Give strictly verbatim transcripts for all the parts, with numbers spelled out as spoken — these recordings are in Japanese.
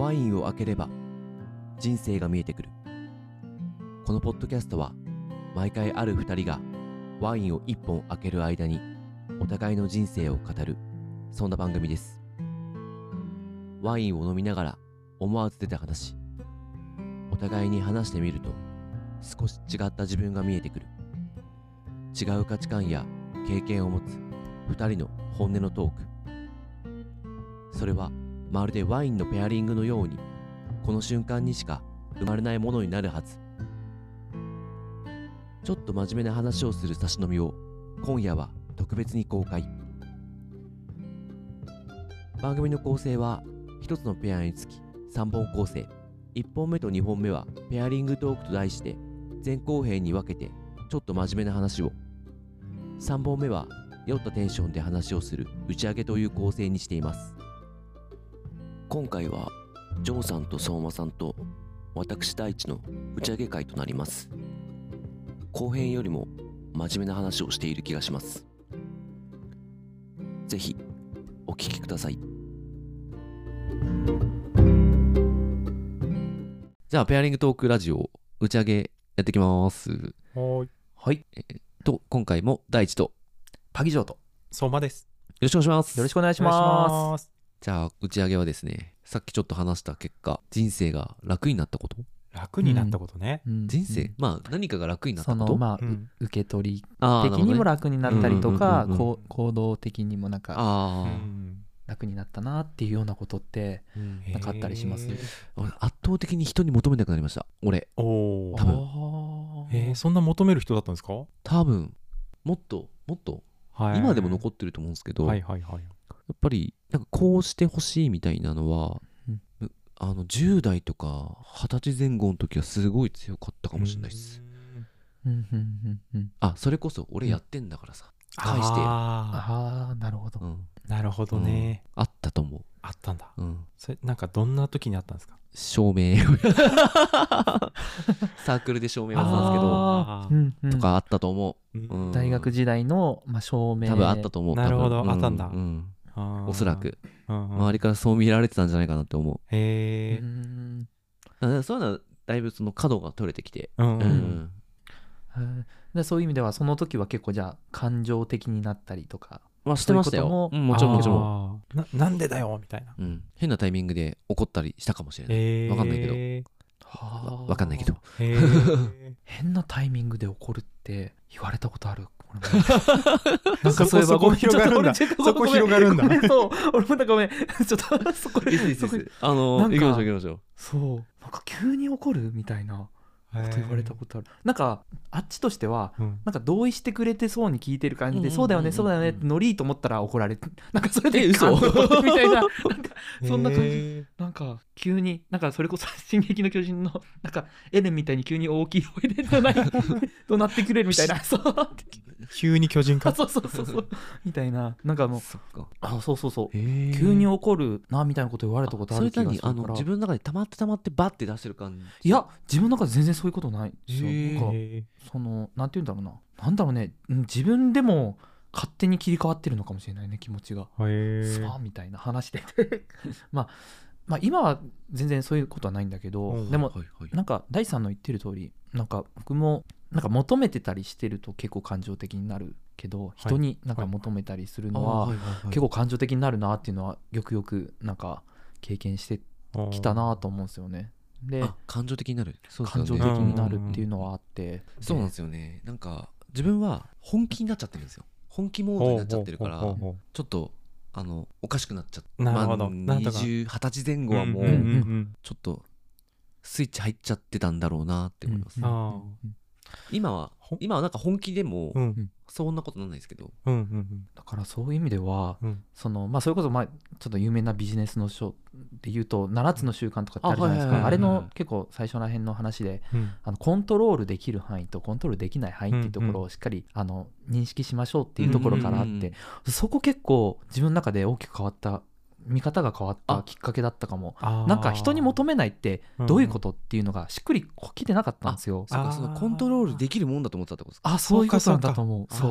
ワインを開ければ人生が見えてくる。このポッドキャストは毎回ある二人がワインを一本開ける間にお互いの人生を語る、そんな番組です。ワインを飲みながら思わず出た話、お互いに話してみると少し違った自分が見えてくる。違う価値観や経験を持つ二人の本音のトーク。それはまるでワインのペアリングのようにこの瞬間にしか生まれないものになるはず。ちょっと真面目な話をする差し飲みを今夜は特別に公開。番組の構成は一つのペアにつきさんぼん構成。いっぽんめとにほんめはペアリングトークと題して前後編に分けてちょっと真面目な話を、さんぼんめは酔ったテンションで話をする打ち上げという構成にしています。今回はジョーさんと相馬さんと私大地の打ち上げ会となります。後編よりも真面目な話をしている気がします。ぜひお聞きください。じゃあペアリングトークラジオ打ち上げやってきます。 はい。 はい、えー、と今回も大地とパギジョーと相馬です。 よろしくお願いします。 よろしくお願いします。 じゃあ打ち上げはですね、さっきちょっと話した結果、人生が楽になったこと。 楽になったことね、 うん、 人生、うん、まあ何かが楽になったこと、 そのまあ、うん、受け取り的にも楽になったりとか、行動的にもなんかあ楽になったなっていうようなことってなかったりします？ 圧倒的に人に求めなくなりました。俺お多分えー、そんな求める人だったんですか？ 多分もっともっと、はい、今でも残ってると思うんですけど、 はいはいはい、やっぱりなんかこうしてほしいみたいなのは、うん、あのじゅう代とかはたち前後の時はすごい強かったかもしれないです。あ、それこそ俺やってんだからさ、うん、返してよ。 ああ、なるほど、 うん、なるほどね、 うん、あったと思う。 あったんだ、 うん、 それなんかどんな時にあったんですか？ 照明サークルで照明をやってたんですけど、とかあったと思う、 うん、大学時代の、まあ、照明多分あったと思う。 なるほど、あったんだ、 うんうん、おそらく、うんうん、周りからそう見られてたんじゃないかなって思う。 へえ、 そういうのはだいぶその角が取れてきて、 うんうんうん、でそういう意味ではその時は結構じゃあ感情的になったりとか、 まあ、してましたよ。も, うん、もちろんもちろんな, なんでだよみたいな、 うん、変なタイミングで怒ったりしたかもしれない。わかんないけど、わ, わかんないけど変なタイミングで怒るって言われたことある？ なんかそういえばごめん、広がるんだ。そこ広がるんだ。 そう、俺もなんかごめん、ちょっとそこいいですいいです。あの行きましょう行きましょう。 そう、なんか急に怒るみたいなこと言われたことある。なんかあっちとしては、うん、なんか同意してくれてそうに聞いてる感じで、うん、そうだよねそうだよねってノリいと思ったら怒られて、なんかそれで嘘みたいな、なんかそんな感じ。なんか急になんかそれこそ進撃の巨人のなんかエレンみたいに急に大きい声で怒鳴怒鳴ってくれるみたいな、そう急に巨人かそうそうそうそうみたいな、なんかもうそっか、 あそうそうそう急に怒るなみたいなこと言われたことある気がするから。 それ何、あの自分の中で溜まって溜まってバッて出してる感じ？ いや自分の中で全然そういうことないですよ。なんかそのなんて言うんだろうな、なんだろうね、自分でも勝手に切り替わってるのかもしれないね、気持ちが。 へさあみたいな話でまあまあ今は全然そういうことはないんだけど、うん、でも、はいはい、なんか大地さんの言ってる通り、なんか僕もなんか求めてたりしてると結構感情的になるけど、人になんか求めたりするのは結構感情的になるなっていうのはよくよくなんか経験してきたなと思うんですよね。で、 あ、感情的になる、そうですよね、 感情的になるっていうのはあって、 そうなんですよね。なんか自分は本気になっちゃってるんですよ。本気モードになっちゃってるから、ちょっとあのおかしくなっちゃって、 なるほど、 まあ、にじゅう、はたち前後はもうちょっとスイッチ入っちゃってたんだろうなって思います、うんうんうん、今は今はなんか本気でもそんなことなんないですけど、 うんうんうん、だからそういう意味では、うん、そのまあそれこそまあちょっと有名なビジネスの書で言うとななつの習慣とかってあるじゃないですか。あれの結構最初ら辺の話で、うん、あのコントロールできる範囲とコントロールできない範囲っていうところをしっかり、うんうん、あの認識しましょうっていうところからあって、うんうんうん、そこ結構自分の中で大きく変わった見方が変わったきっかけだったかも。なんか人に求めないってどういうことっていうのがしっくりきてなかったんですよ。 そうか、そのコントロールできるもんだと思ってたってことですか？ あ、そういうことなんだと思う。そう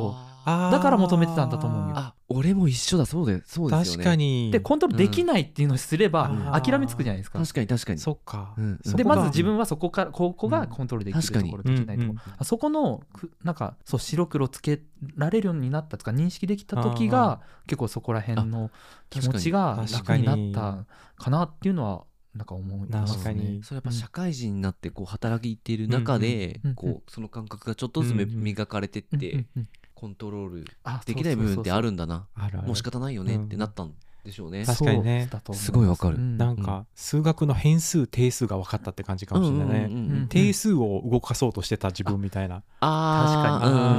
だから求めてたんだと思うよ。 あ、俺も一緒だ。そうでそうですよね。 確かに。 でコントロールできないっていうのをすれば、 うん、 諦めつくじゃないですか。 確かに確かに。 そっか、 うんうん、 でまず自分はそこからここがコントロールできるところ、できないところ、 うんうん、 そこのなんかそう白黒つけられるようになったとか認識できた時が結構そこら辺の気持ちが楽になったかなっていうのはなんか思いますね。 確かに。 それやっぱ社会人になってこう働いている中で、うんうん、こうその感覚がちょっとずつ磨かれてって、うんうん、コントロールできない部分ってあるんだな、もう仕方ないよねってなったんでしょうね。 確かにね。 すごいわかる、 うん、なんか数学の変数定数が分かったって感じかもしれないね、うんうんうんうん、定数を動かそうとしてた自分みたいな。 ああ、確かに、うん、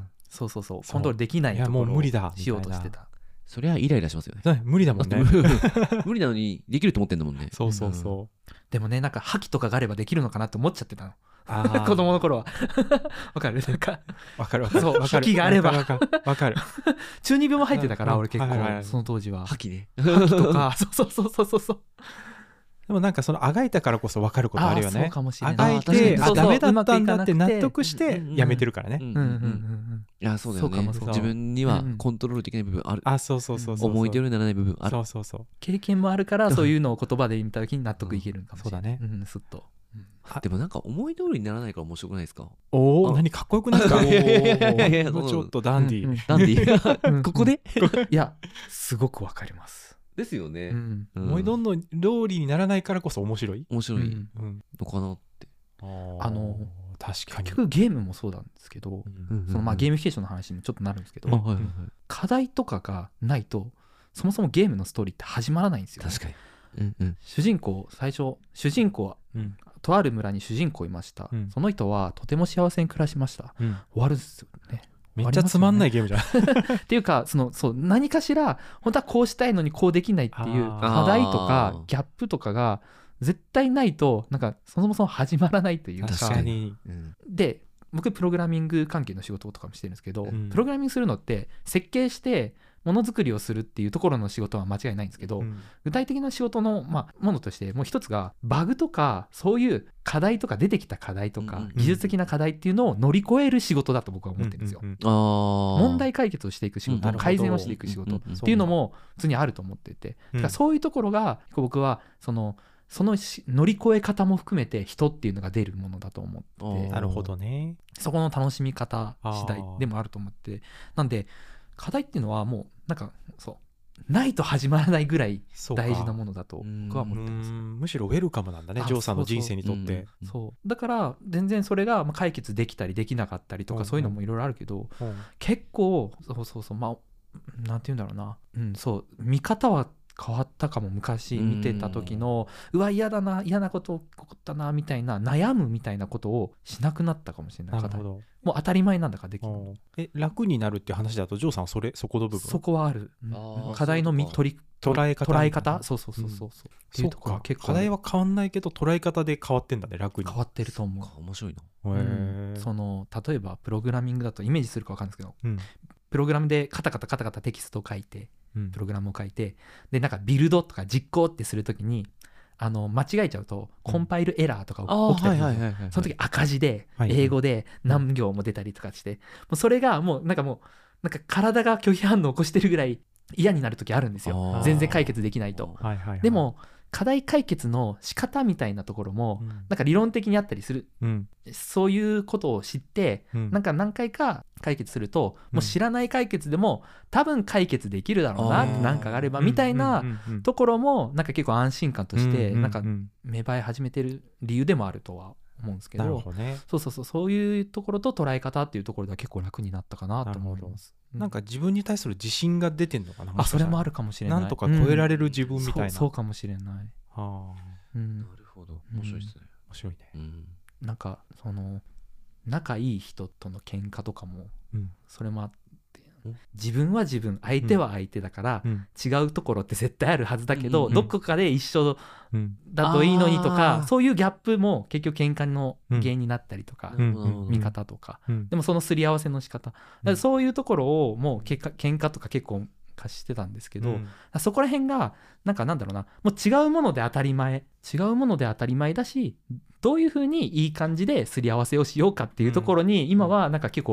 そうそうそう、コントロールできないところをしようとしてた。 そりゃイライラしますよね。 無理だもんね。 無理なのにできると思ってんだもんね。 そうそうそう、うん、 でもね、なんか覇気とかがあればできるのかなって思っちゃってたの。あ子供の頃はわかる、なんかわかるわかる、 そう覇気があればわかるわかる中二病も入ってたから俺結構、はいはいはい、その当時は覇気ね覇気とかそうそうそうそうそう。 でもなんかそのあがいたからこそ分かることあるよね。あがいてあダメだったんだって納得してやめてるからね。 いやそうだよね。自分にはコントロールできない部分ある。 あそうそうそうそう。 思い通りにならない部分ある。 そうそうそう。 経験もあるからそういうのを言葉で見た時に納得いけるかもしれない。そうだね。うん、すっと。 でもなんか思い通りにならないから面白くないですか？ おお、何かっこよくないですか？ いやいやいや、 もうちょっとダンディー。 ダンディー。ここで？ いや、すごくわかります。 ですよね、 うんうん、思いどんどん通りにならないからこそ面白い面白いのかなって、 うん、あの確かに結局ゲームもそうなんですけど、うん、そのまあゲーミフィケーションの話にちょっとなるんですけど、うんはいはい、課題とかがないとそもそもゲームのストーリーって始まらないんですよ。 確かに、うんうん、 主人公最初主人公は、うん、とある村に主人公いました、うん、その人はとても幸せに暮らしました、うん、終わるんですよね。 めっちゃつまんないゲームじゃんっていうかそのそう何かしら本当はこうしたいのにこうできないっていう課題とかギャップとかが絶対ないとなんかそもそも始まらないというか。 確かに、 うん、で僕プログラミング関係の仕事とかもしてるんですけど、うん、プログラミングするのって設計してものづくりをするっていうところの仕事は間違いないんですけど、うん、具体的な仕事の、まあ、ものとしてもう一つがバグとかそういう課題とか出てきた課題とか、うんうん、技術的な課題っていうのを乗り越える仕事だと僕は思ってるんですよ、うんうんうん、問題解決をしていく仕事、うん、改善をしていく仕事っていうのも普通にあると思っていて、うん、だからそういうところが僕はそのその乗り越え方も含めて人っていうのが出るものだと思ってて、 なるほどね、 そこの楽しみ方次第でもあると思って、なんで課題っていうのはもうなんかそうないと始まらないぐらい大事なものだと僕は思ってます。 むしろウェルカムなんだね、ジョーさんの人生にとって。 そうそう、うん、そうだから全然それが解決できたりできなかったりとか、うん、そういうのもいろいろあるけど、うん、結構そうそうそう、まあなんて言うんだろうな、うん、そう見方は変わったかも。昔見てた時の う, うわ嫌だな嫌なこと起こったなみたいな悩むみたいなことをしなくなったかもしれない。 なるほど、 もう当たり前なんだからできる。 え楽になるっていう話だとジョーさんはそれそこの部分そこはある、うん、課題のみ取り捉え方捉え方そうそうそうそう、うん、っていうところは結構課題は変わんないけど捉え方で変わってんだね。楽に変わってると思う。 面白いな、 うん、その例えばプログラミングだとイメージするか分かるんですけど、うん、プログラムでカタカタカタカタテキストを書いてプログラムを書いて、でなんかビルドとか実行ってするときにあの間違えちゃうとコンパイルエラーとか起きたりするんですよ。その時赤字で英語で何行も出たりとかして、もうそれがもうなんかもうなんか体が拒否反応を起こしてるぐらい嫌になる時あるんですよ。全然解決できないと。でも課題解決の仕方みたいなところもなんか理論的にあったりする、うん、そういうことを知って、うん、なんか何回か解決すると、うん、もう知らない解決でも多分解決できるだろうなって何かがあればみたいなところもなんか結構安心感としてなんか芽生え始めてる理由でもあるとは思うんですけど、 なるほどね、 そうそうそう、そういうところと捉え方っていうところでは結構楽になったかなと思います。 な, なんか自分に対する自信が出てんのかな。 あ、それもあるかもしれない。 なんとか超えられる自分みたいな、 うん、そう、そうかもしれない。 はあ、 うん、なるほど、面白いですね、うん、 面白いね、 うん、 なんかその仲いい人との喧嘩とかも、うん、それもあって、自分は自分相手は相手だから、うん、違うところって絶対あるはずだけど、うん、どこかで一緒だといいのにとか、うん、そういうギャップも結局喧嘩の原因になったりとか、うん、見方とか、うん、でもそのすり合わせの仕方、うん、そういうところをもう喧嘩、喧嘩とか結構化してたんですけど、うん、そこら辺がなんかなんだろうな、もう違うもので当たり前違うもので当たり前だし、どういう風にいい感じですり合わせをしようかっていうところに今はなんか結構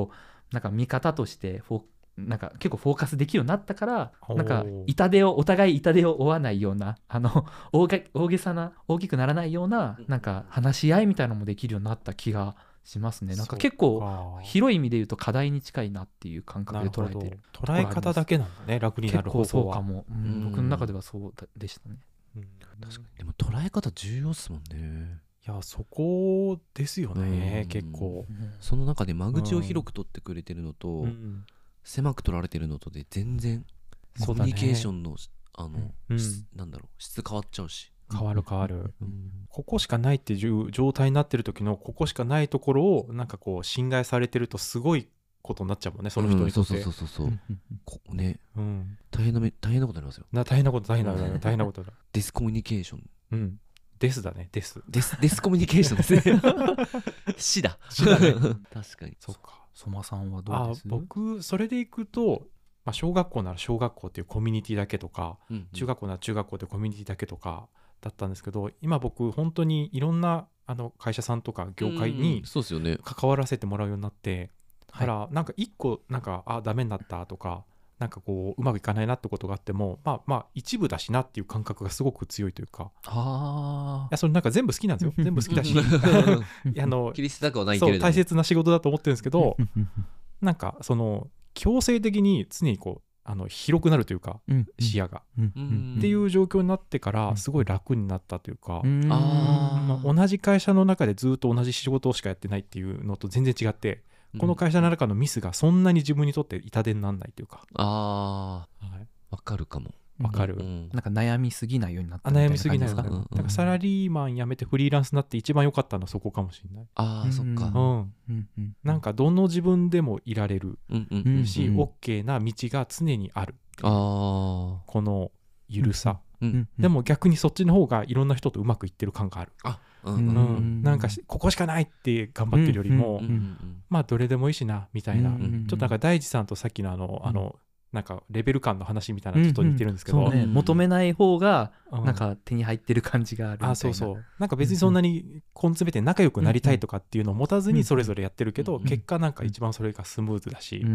なんか見方としてフォなんか結構フォーカスできるようになったから、 おーなんか痛手をお互い痛手を負わないようなあの 大げ、大げさな大きくならないようななんか話し合いみたいなのもできるようになった気がしますね。なんか結構広い意味で言うと課題に近いなっていう感覚で捉えてる。 捉え方だけなんだね、楽になる方法は。 結構そうかも、うん、僕の中ではそうでしたね。 うん、 確かに。でも捉え方重要っすもんね。 いやそこですよね、 うん、 結構、 うん、 その中で間口を広く取ってくれてるのと、 うん、 狭く取られてるのとで全然コミュニケーションの、あの、 うん、 なんだろう、質変わっちゃうし。 変わる変わる、 うん、 ここしかないっていう状態になってる時のここしかないところをなんかこう侵害されてるとすごいことになっちゃうもんね、その人にとって。 うん、そうそうそうそう、こね、 うん、 大変なめ大変なことになりますよ。 な大変なこと大変なこと大変なことだ。 デスコミュニケーション。 うん、ですだね、ですデスデスコミュニケーションですね。死だ。 死だね。 確かに。 そうか。 相馬さんはどうです？ あ、僕それでいくと、まあ、小学校なら小学校っていうコミュニティだけとか、うんうん、中学校なら中学校っていうコミュニティだけとかだったんですけど、今僕本当にいろんなあの会社さんとか業界に関わらせてもらうようになって、だからなんか一個なんかあダメになったとかなんかこううまくいかないなってことがあっても、まあまあ一部だしなっていう感覚がすごく強いというか、 あいやそれなんか全部好きなんですよ全部好きだしあの切り捨てたくはないけれどもそう大切な仕事だと思ってるんですけどなんかその強制的に常にこうあの広くなるというか、うん、視野が、うんうん、っていう状況になってからすごい楽になったというか、うん、あ同じ会社の中でずっと同じ仕事しかやってないっていうのと全然違って、うん、この会社の中のミスがそんなに自分にとって痛手にならないというか、 ああ、はい、分かるかもわかる、 うん、なんか悩みすぎないようになったみたいな感じですか。 悩みすぎないようになった、うん、だからサラリーマン辞めてフリーランスになって一番良かったのはそこかもしれない。 ああ、そっか、 うんうんうん、なんかどの自分でもいられるし、うんうんうん、OK な道が常にある、あこのゆるさ、うんうんうん、でも逆にそっちの方がいろんな人とうまくいってる感がある。あ、うんうんうん、なんかここしかないって頑張ってるよりも、うんうんうん、まあどれでもいいしなみたいな、うんうんうん、ちょっとなんか大地さんとさっきのあの、うん、あのなんかレベル感の話みたいなちょっと似てるんですけど、 うんうんそうね、求めない方がなんか手に入ってる感じがあるみたいな、うん、あそうそうなんか別にそんなに根詰めて仲良くなりたいとかっていうのを持たずにそれぞれやってるけど、うんうん、結果なんか一番それがスムーズだし、うん、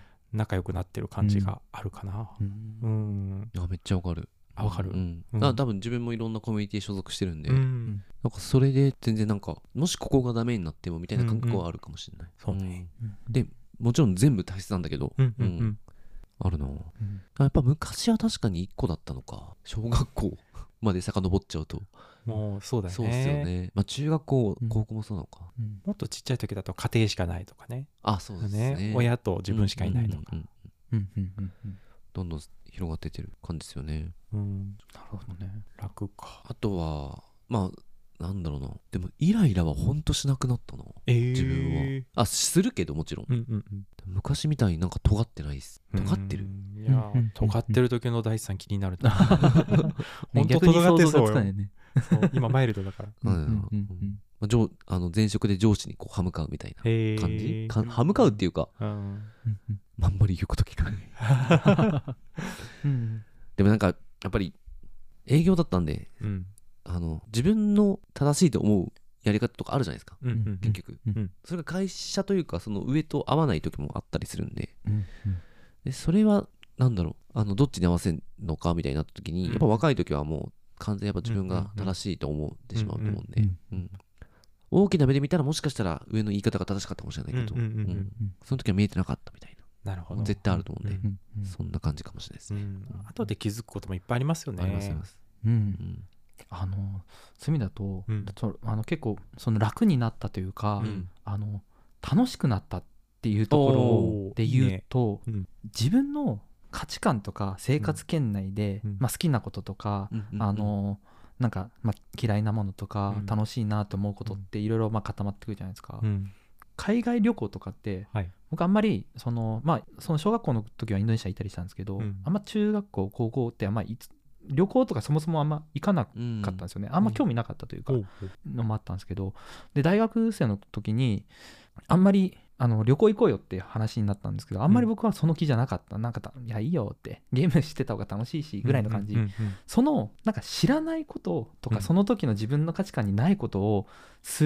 仲良くなってる感じがあるかな、うんうん、いやめっちゃわかる。 あ分かる、 うんうん、あ多分自分もいろんなコミュニティ所属してるんで、うん、なんかそれで全然なんかもしここがダメになってもみたいな感覚はあるかもしれない、 うんうん、そうね、 うん、でもちろん全部大切なんだけど、うんうんうんあるな、うん、やっぱ昔は確かにいっこだったのか。小学校まで遡っちゃうともうそうだよね。 そうですよね、まあ、中学校、うん、高校もそうなのか、 うん、もっとちっちゃい時だと家庭しかないとかね。 あそうですね、 ね親と自分しかいないとかどんどん広がってってる感じですよね、 うん、なるほどね。 楽か。 あとはまあなんだろうな、でもイライラはほんとしなくなったな、えー、自分は。あするけどもちろん、うんうんうん、昔みたいになんか尖ってないです。尖ってる、 いや尖ってる時の大地さん気になると本当尖ってそうよ、ね、そう今マイルドだから、うんうんうんうんまあ、上あの前職で上司にこう歯向かうみたいな感じか歯向かうっていうか、うん、あんまり言うこと聞かない、うん、でもなんかやっぱり営業だったんで、うんあの自分の正しいと思うやり方とかあるじゃないですか、うんうんうん、結局、うん、それが会社というかその上と合わない時もあったりするんで、うんうん、でそれはなんだろうあのどっちに合わせるのかみたいになった時に、うん、やっぱ若い時はもう完全にやっぱ自分が正しいと思ってしまうと思うんで、うんうん、大きな目で見たらもしかしたら上の言い方が正しかったかもしれないけど、うんうんうんうん、その時は見えてなかったみたいな、なるほど絶対あると思うんで、うんうん、そんな感じかもしれないですね、うん、 後で気づくこともいっぱいありますよね。 ありますあります、 うんうんあのそういう意味だと、うん、あの結構その楽になったというか、うん、あの楽しくなったっていうところで言うと、いいねうん、自分の価値観とか生活圏内で、うんまあ、好きなこととか、うん、あのなんか、まあ、嫌いなものとか、うん、楽しいなと思うことっていろいろ固まってくるじゃないですか、うん、海外旅行とかって、はい、僕あんまりその、まあ、その小学校の時はインドネシア行ったりしたんですけど、うん、あんま中学校高校ってあんまりいつ旅行とかそもそもあんま行かなかったんですよね、うん、あんま興味なかったというか、うん、のもあったんですけど、で大学生の時にあんまりあの旅行行こうよって話になったんですけど、あんまり僕はその気じゃなかった、うん、なんかいやいいよってゲームしてた方が楽しいしぐらいの感じ、うんうんうんうん、そのなんか知らないこととか、うん、その時の自分の価値観にないことをする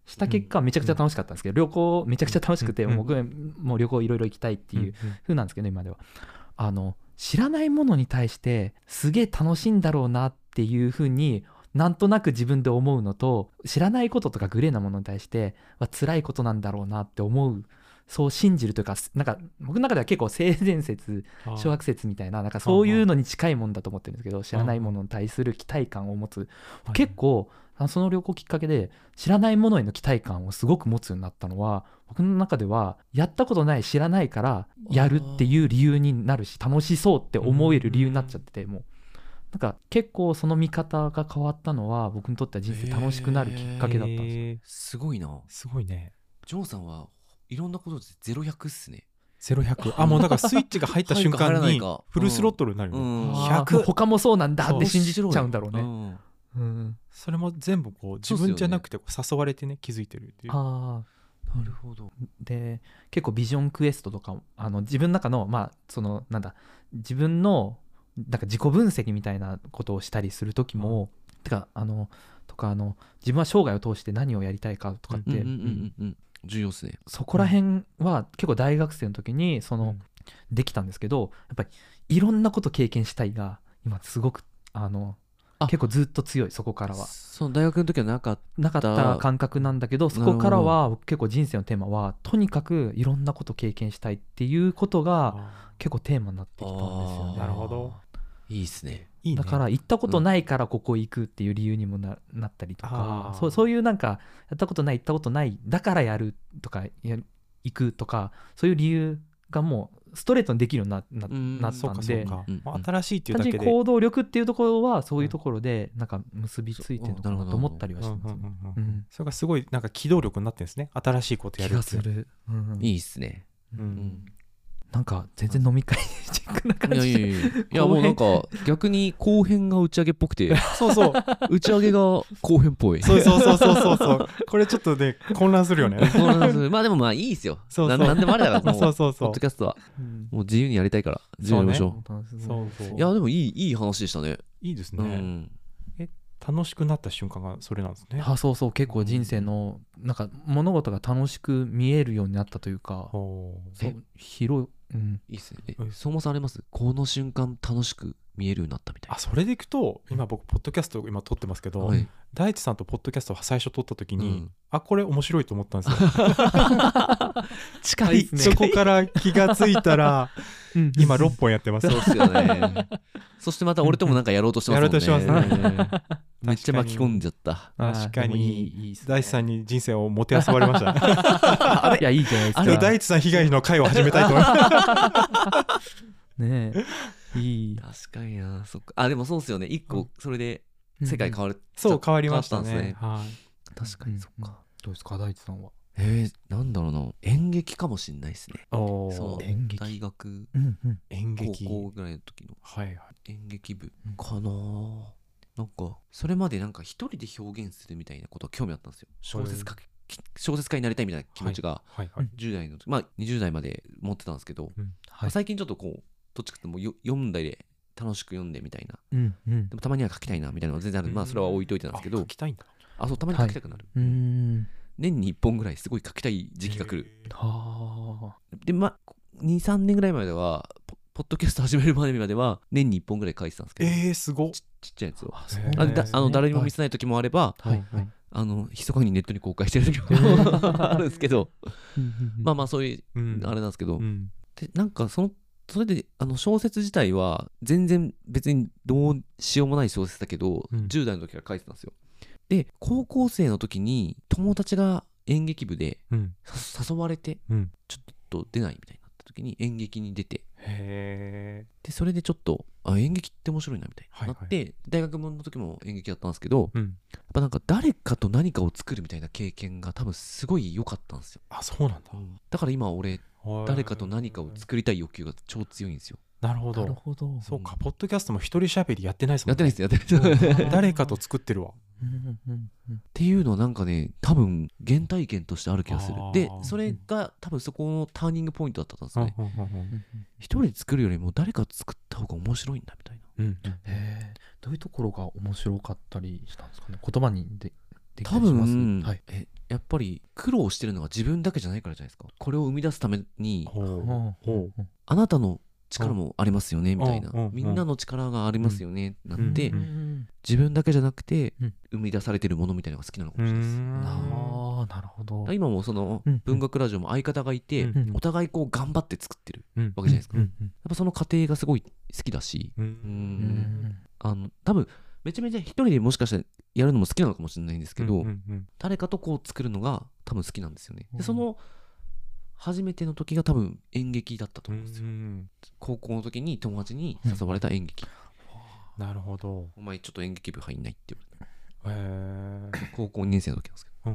した結果めちゃくちゃ楽しかったんですけど、旅行めちゃくちゃ楽しくて、 うん、 僕もう旅行いろいろ行きたいっていう風なんですけど、今ではあの知らないものに対してすげえ楽しいんだろうなっていう風になんとなく自分で思うのと、知らないこととかグレーなものに対しては辛いことなんだろうなって思う、そう信じるというか、なんか僕の中では結構性善説小学説みたいな、なんかそういうのに近いもんだと思ってるんですけど、知らないものに対する期待感を持つ、結構その旅行きっかけで知らないものへの期待感をすごく持つようになったのは、僕の中ではやったことない、知らないからやるっていう理由になるし、楽しそうって思える理由になっちゃってて、もうなんか結構その見方が変わったのは僕にとっては人生楽しくなるきっかけだったんですよ。 すごいな。 すごいね。 ジョンさんはいろんなことでゼロひゃくっすね。 ゼロひゃく、あ、もうだからスイッチが入った瞬間にフルスロットルになるよ、 うん、ひゃく他もそうなんだって信じちゃうんだろうね。 うんうん、それも全部こう自分じゃなくてこう誘われてね、気づいてるっていう。 ああ、なるほど。で結構ビジョンクエストとかあの自分の中のまあそのなんだ自分のなんか自己分析みたいなことをしたりする時も、うん、てかあのとかあの自分は生涯を通して何をやりたいかとかって、うんうんうんうん、 重要ですね。 そこら辺は結構大学生の時にその、うん、できたんですけど、やっぱりいろんなこと経験したいが今すごくあの結構ずっと強い。そこからはその大学の時はなかったなかった感覚なんだけど、そこからは結構人生のテーマはとにかくいろんなこと経験したいっていうことが結構テーマになってきたんですよね。 なるほど、 いいっすね。 いいね。 だから行ったことないからここ行くっていう理由にも な, なったりとか、そう、そういうなんかやったことない行ったことないだからやるとかや行くとか、そういう理由がもうストレートにできるように な, な, なったんで、 新しいっていうだけで単純に行動力っていうところはそういうところでなんか結びついてるのかなと思ったりはしてます。 それがすごいなんか機動力になってるんですね。新しいことやるっていう気がする、うん、 いいっすね、 うんうん、なんか全然飲み会チックな感じで、 いやいやいやいやもうなんか逆に後編が打ち上げっぽくてそうそう打ち上げが後編っぽい。 そうそうそうそうそうこれちょっとね混乱するよね混乱する。まあでもまあいいですよ。そうそう な, なんでもあれだからもうそうそうそうポッドキャストは、うん、もう自由にやりたいから自由にやりましょう。そうそういやでもいいいい話でしたね。 いいですね、うん、え楽しくなった瞬間がそれなんですね。 あ、そうそう、結構人生のなんか物事が楽しく見えるようになったというか、そう広い、うん、 いいっすね。え、相馬さんあります？この瞬間楽しく見えるようになったみたいな。 あ、それでいくと今僕ポッドキャスト今撮ってますけど、はい、大地さんとポッドキャストを最初撮った時に、うん、あ、これ面白いと思ったんですよ近いですね。 そこから気がついたら今ろっぽんやってます。 そうですよねそしてまた俺ともなんかやろうとしてますもんね。 やろうとしてますねめっちゃ巻き込んじゃった。 確かに大地さんに人生をもてあそばれましたいや、いいじゃないですか。 あれ大地さん被害の会を始めたいと思いますねえ、いい。 確かにな。そっか。あ、でもそうですよね。一個それで世界変わる、うん、 そう変わりましたね。はい、 確かにそっか、うんうん、 どうですか大地さんは。 えー、なんだろうな、演劇かもしれないですね。 おその演劇大学、 うんうん、 演劇高校ぐらいの時の、 はいはい、 演劇部かな、うん、なんかそれまでなんか一人で表現するみたいなことは興味あったんですよ。小説家、小説家になりたいみたいな気持ちがじゅう代の時、まあにじゅう代まで持ってたんですけど、うんはいまあ、最近ちょっとこうどっちかってもう読んだりで楽しく読んでみたいな、うんうん、でもたまには書きたいなみたいなのが全然ある、うん、まあそれは置いといてなんですけど、 書きたいんだ。 あ、そう、たまに書きたくなる、はい、うん年にいっぽんぐらいすごい書きたい時期が来る。はでまあにさんねんぐらい前ではポポッドキャスト始める前までは年にいっぽんぐらい書いてたんですけど、 えー、すごっ。 ち, ちっちゃいやつを あ, あ, だあの誰にも見せない時もあれば、はいはい、あの密かにネットに公開してる時もあるんですけどまあまあそういう、うん、あれなんですけど、うん、でなんかそのそれであの小説自体は全然別にどうしようもない小説だけど、うん、じゅう代の時から書いてたんですよ。で高校生の時に友達が演劇部で、うん、誘われて、うん、ちょっと出ないみたいになった時に演劇に出て、へでそれでちょっとあ演劇って面白いなみたいになって、はいはい、大学の時も演劇やったんですけど、うん、やっぱなんか誰かと何かを作るみたいな経験が多分すごい良かったんですよ。 あ、そうなんだ、うん、 だから今俺誰かと何かを作りたい欲求が超強いんですよ。 なるほど。なるほど。そうか、ポッドキャストも一人喋りやってないですもんね。 やってないです、やってないです。 誰かと作ってるわ。 っていうのはなんかね、多分原体験としてある気がする。で、それが多分そこのターニングポイントだったんですね。一人で作るよりも誰かと作った方が面白いんだみたいな。うん、 へー、どういうところが面白かったりしたんですかね。言葉にでできたりします？ 多分、 はい、 えやっぱり苦労してるのは自分だけじゃないからじゃないですか。これを生み出すためにあなたの力もありますよねみたいな、みんなの力がありますよねなんて、自分だけじゃなくて生み出されてるものみたいなのが好きなのかもしれないです。 ああ、なるほど。 今もその文学ラジオも相方がいて、お互いこう頑張って作ってるわけじゃないですか。やっぱその過程がすごい好きだし、うんあの多分めちゃめちゃ一人でもしかしたらやるのも好きなのかもしれないんですけど、誰かとこう作るのが多分好きなんですよね。でその初めての時が多分演劇だったと思うんですよ。高校の時に友達に誘われた演劇。 なるほど。 お前ちょっと演劇部入んないって言われて、 高校にねん生の時なんですけど、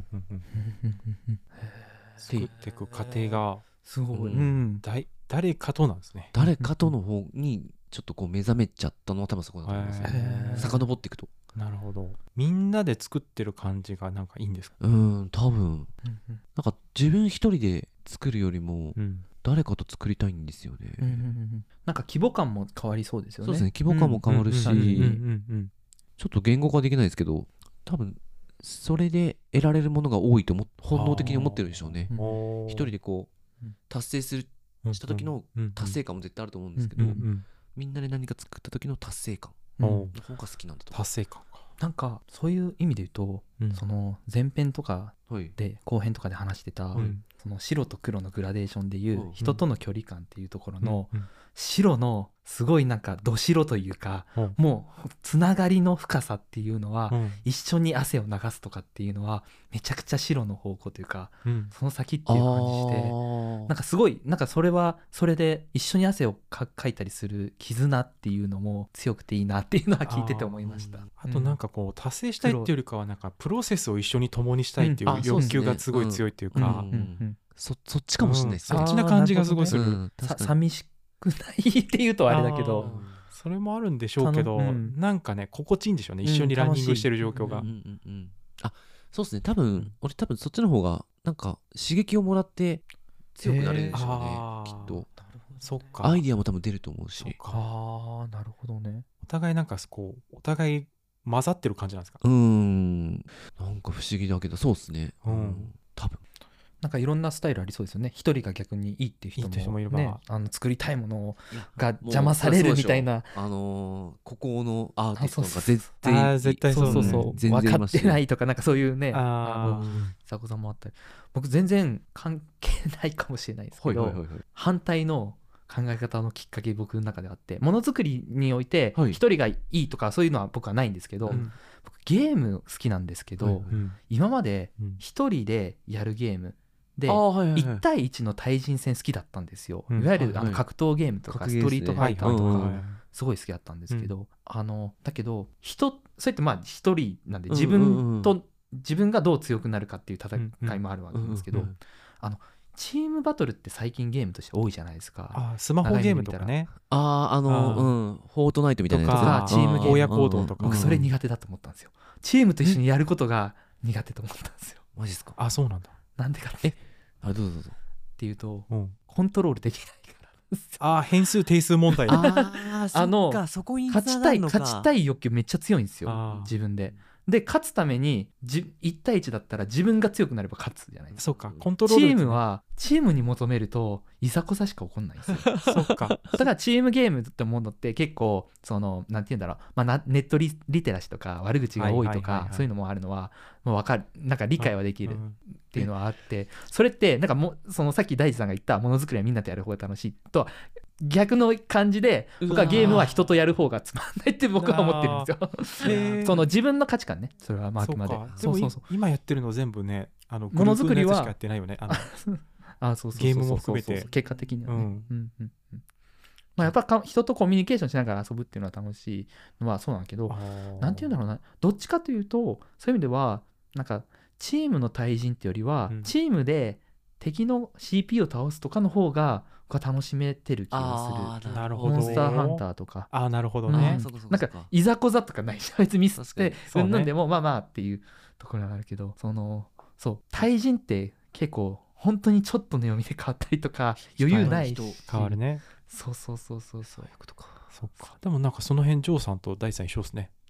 作っていく過程がすごい、 誰かとなんですね。 誰かとの方にちょっとこう目覚めちゃったのは多分そこだと思いますよね。遡っていくと。 なるほど。みんなで作ってる感じがなんかいいんですか？ うん多分なんか自分一人で作るよりも誰かと作りたいんですよね。 うんうんうん、なんか規模感も変わりそうですよね。 そうですね、規模感も変わるし、ちょっと言語化できないですけど、多分それで得られるものが多いとも本能的に思ってるでしょうね。一人でこう達成するした時の達成感も絶対あると思うんですけど、みんなで何か作った時の達成感の方が好きなんだと思う。 達成感か。 なんかそういう意味で言うと、うん、その前編とかで後編とかで話してた、はい、その白と黒のグラデーションでいう人との距離感っていうところの、うんうん、白のすごいなんかど白というか、うん、もうつながりの深さっていうのは、うん、一緒に汗を流すとかっていうのはめちゃくちゃ白の方向というか、うん、その先っていう感じしてなんかすごいなんかそれはそれで一緒に汗をかかいたりする絆っていうのも強くていいなっていうのは聞いてて思いました。 あ, あとなんかこう達成したいっていうよりかはなんかプロセスを一緒に共にしたいっていう欲求がすごい強いっていうか、 そっちかもしれないですね。 そっちな感じがすごいする。 うん、寂しくないっていうとあれだけど、 それもあるんでしょうけど、うん、なんかね心地いいんでしょうね、一緒にランニングしてる状況が。 あ、そうですね。多分、うん、俺多分そっちの方がなんか刺激をもらって強くなれるでしょうね、きっと。 そっか。 アイディアも多分出ると思うし。 ああ、なるほどね。 お互いなんかこうお互い混ざってる感じなんですか。 うーん、なんか不思議だけどそうですね。うん、多分。 なんかいろんなスタイルありそうですよね。一人が逆にいいっていう人も、ね、いい人もいれば、あの作りたいものが邪魔されるみたいな、 あのー、ここのアーティストが絶対あ絶対そうそうそう全然分かってないとかなんかそういうね、あいざこざもあったり、僕全然関係ないかもしれないですけど、はいはいはいはい、反対の考え方のきっかけ僕の中であって、ものづくりにおいて一人がいいとかそういうのは僕はないんですけど、はい、僕ゲーム好きなんですけど、はいはい、今まで一人でやるゲームで、はいはいはい、いち対いちの対人戦好きだったんですよ、うん、いわゆるあの格闘ゲームとかストリートファイターとかすごい好きだったんですけど、うん、あのだけど人そうやってまあ一人なんで自分と、うんうんうん、自分がどう強くなるかっていう戦いもあるわけですけど、うんうんうん、あのチームバトルって最近ゲームとして多いじゃないですか。 あスマホゲームとかね、 ああのあ、うん、フォートナイトみたいなやつとかチームゲーム、 荒野行動とか、 僕それ苦手だと思ったんですよ。チームと一緒にやることが苦手と思ったんですよ。 マジですか。 あ、そうなんだ。 なんでかってあ、どうぞどうぞっていうと、うん、コントロールできないからですよ。 あ、変数定数問題。 ああのそこに勝ちたい勝ちたい欲求めっちゃ強いんですよ、自分で。で勝つためにいち対いちだったら自分が強くなれば勝つじゃないですか。 そうか、コントロール、 チームはチームに求めるといざこざしか起こんないんですよ。 そうか。 だからチームゲームってものって結構そのなんて言うんだろう、まあ、ネット リ, リテラシーとか悪口が多いとかそういうのもあるのはもう分かる、なんか理解はできるっていうのはあって、それってなんかもそのさっき大地さんが言ったものづくりはみんなとやる方が楽しいとは逆の感じで、僕はゲームは人とやる方がつまんないって僕は思ってるんですよ。その自分の価値観ね、それはあくまで。 そうそうそう、今やってるの全部ね、あのグループのやつしかやってないよね。あのあそうそうそうそう、 ゲームも含めて結果的にはね、うんうんうんうん、まあ、やっぱか人とコミュニケーションしながら遊ぶっていうのは楽しいのはそうなんだけど、なんていうんだろうな、どっちかというとそういう意味ではなんかチームの対人ってよりは、うん、チームで敵の シーピーユー を倒すとかの方が僕は楽しめてる気がする。 なるほど。 モンスターハンターとか。 あ、なるほどね。 うん、なんかいざこざとかないし、あいつミスってうんぬんでもまあまあっていうところがあるけど、そのそう対人って結構本当にちょっとの読みで変わったりとか余裕ないし、 変わるね。 そうそうそうそうそう。 そっか。でもなんかその辺ジョーさんと大地さん一緒ですね。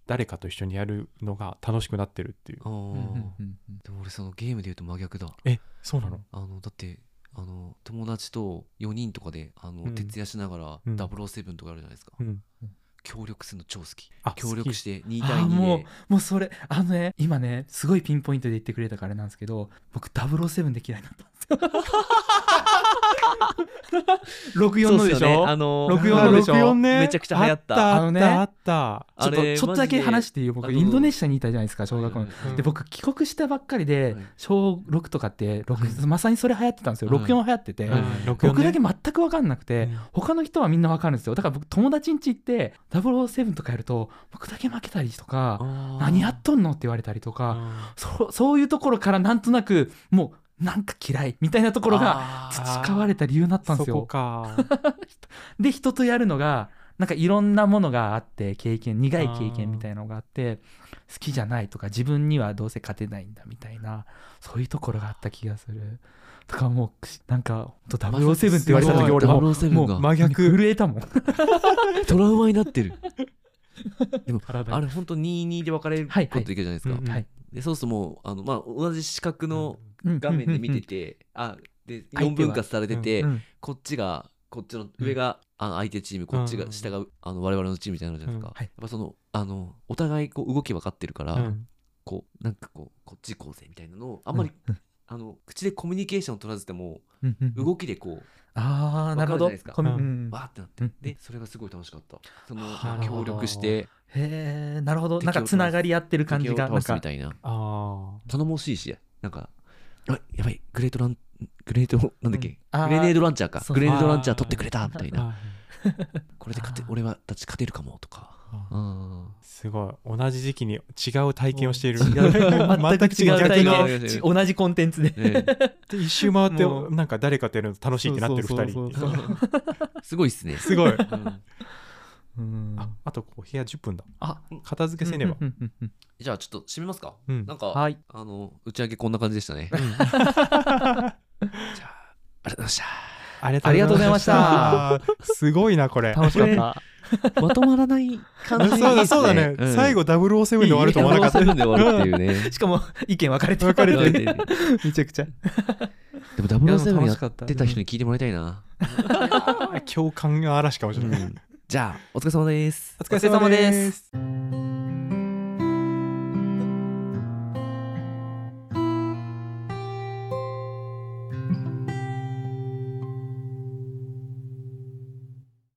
誰かと一緒にやるのが楽しくなってるっていう。あ、うんうんうん、でも俺そのゲームで言うと真逆だ。 え、そうなの？ あのだってあの友達とよにんとかであの、うん、徹夜しながらダブルオーセブンとかあるじゃないですか、うん、協力するの超好き。協力してにたいにでもう、もうそれあのね今ねすごいピンポイントで言ってくれたからなんですけど、僕ダブルオーセブンで嫌いになったんですよろくじゅうよんのでしょ、ね、あのー、ろくじゅうよんのでしょ、 ね、めちゃくちゃ流行った。 あのね、あったちょっとちょっとだけ話していいよ。僕インドネシアにいたじゃないですか小学校の、うん、で僕帰国したばっかりで、うん、小ろくとかってろく、うん、まさにそれ流行ってたんですよ。ろくじゅうよん流行ってて、うん、僕だけ全く分かんなくて、うん、他の人はみんな分かるんですよ。だから僕友達ん家行ってダブルオーセブンとかやると僕だけ負けたりとか、何やっとんのって言われたりとか、そ, そういうところからなんとなくもうなんか嫌いみたいなところが培われた理由になったんですよ。 そこかで人とやるのがなんかいろんなものがあって、経験苦い経験みたいなのがあって好きじゃないとか、自分にはどうせ勝てないんだみたいな、そういうところがあった気がする。だからもうなんかダブルオーセブンって言われた時俺ももう真逆震えたもんトラウマになってるでもあれ本当ににで分かれることできるじゃないですか、はいはい、でそうするともうあの、まあ、同じ四角の画面で見てて、あでよんぶん割されてて、うんうん、こっちがこっちの上が、うん、あの相手チーム、こっちが下が、うん、あの我々のチームみたいなのじゃないですか、うん、やっぱそのあのお互いこう動き分かってるから、うん、こうなんかこうこっち行こうぜみたいなのをあんまり、うん、あの口でコミュニケーションを取らずても、うん、動きでこうああなるほど、分かるじゃないですか、うん、 わーってなって、うん、でそれがすごい楽しかった。その協力してへえなるほど、なんかつながり合ってる感じがなんかみたいな、あ頼もしいし、なんかあやばいグレートラングレートなんだっけ、うん、グレネードランチャーかグレネードランチャー取ってくれたみたいなこれで勝て俺はたち勝てるかもとか、 うんすごい同じ時期に違う体験をしている、 全く違う体験同じコンテンツで、 ね、で一周回ってなんか誰かとやるの楽しいってなってるふたりすごいっすねすごい、うんうん、あ, あとこう部屋じゅっぷんだ。あ片付けせねばじゃあちょっと閉めますか、うん、なんか、はい、あの打ち上げこんな感じでしたね、うん、じゃあありがとうございました。 ありがとうございましたすごいなこれ楽しかったまとまらない感じですね。 そうだそうだね、うん、最後ダブルオーセブンで終わると思わなかった。 ダブルオーセブンで終わるっていうねしかも意見分かれて分かれてめちゃくちゃでもダブルオーセブンやってた人に聞いてもらいたいな共感が嵐かもしれない、うん、 じゃあお疲れ様です。 お疲れ様です。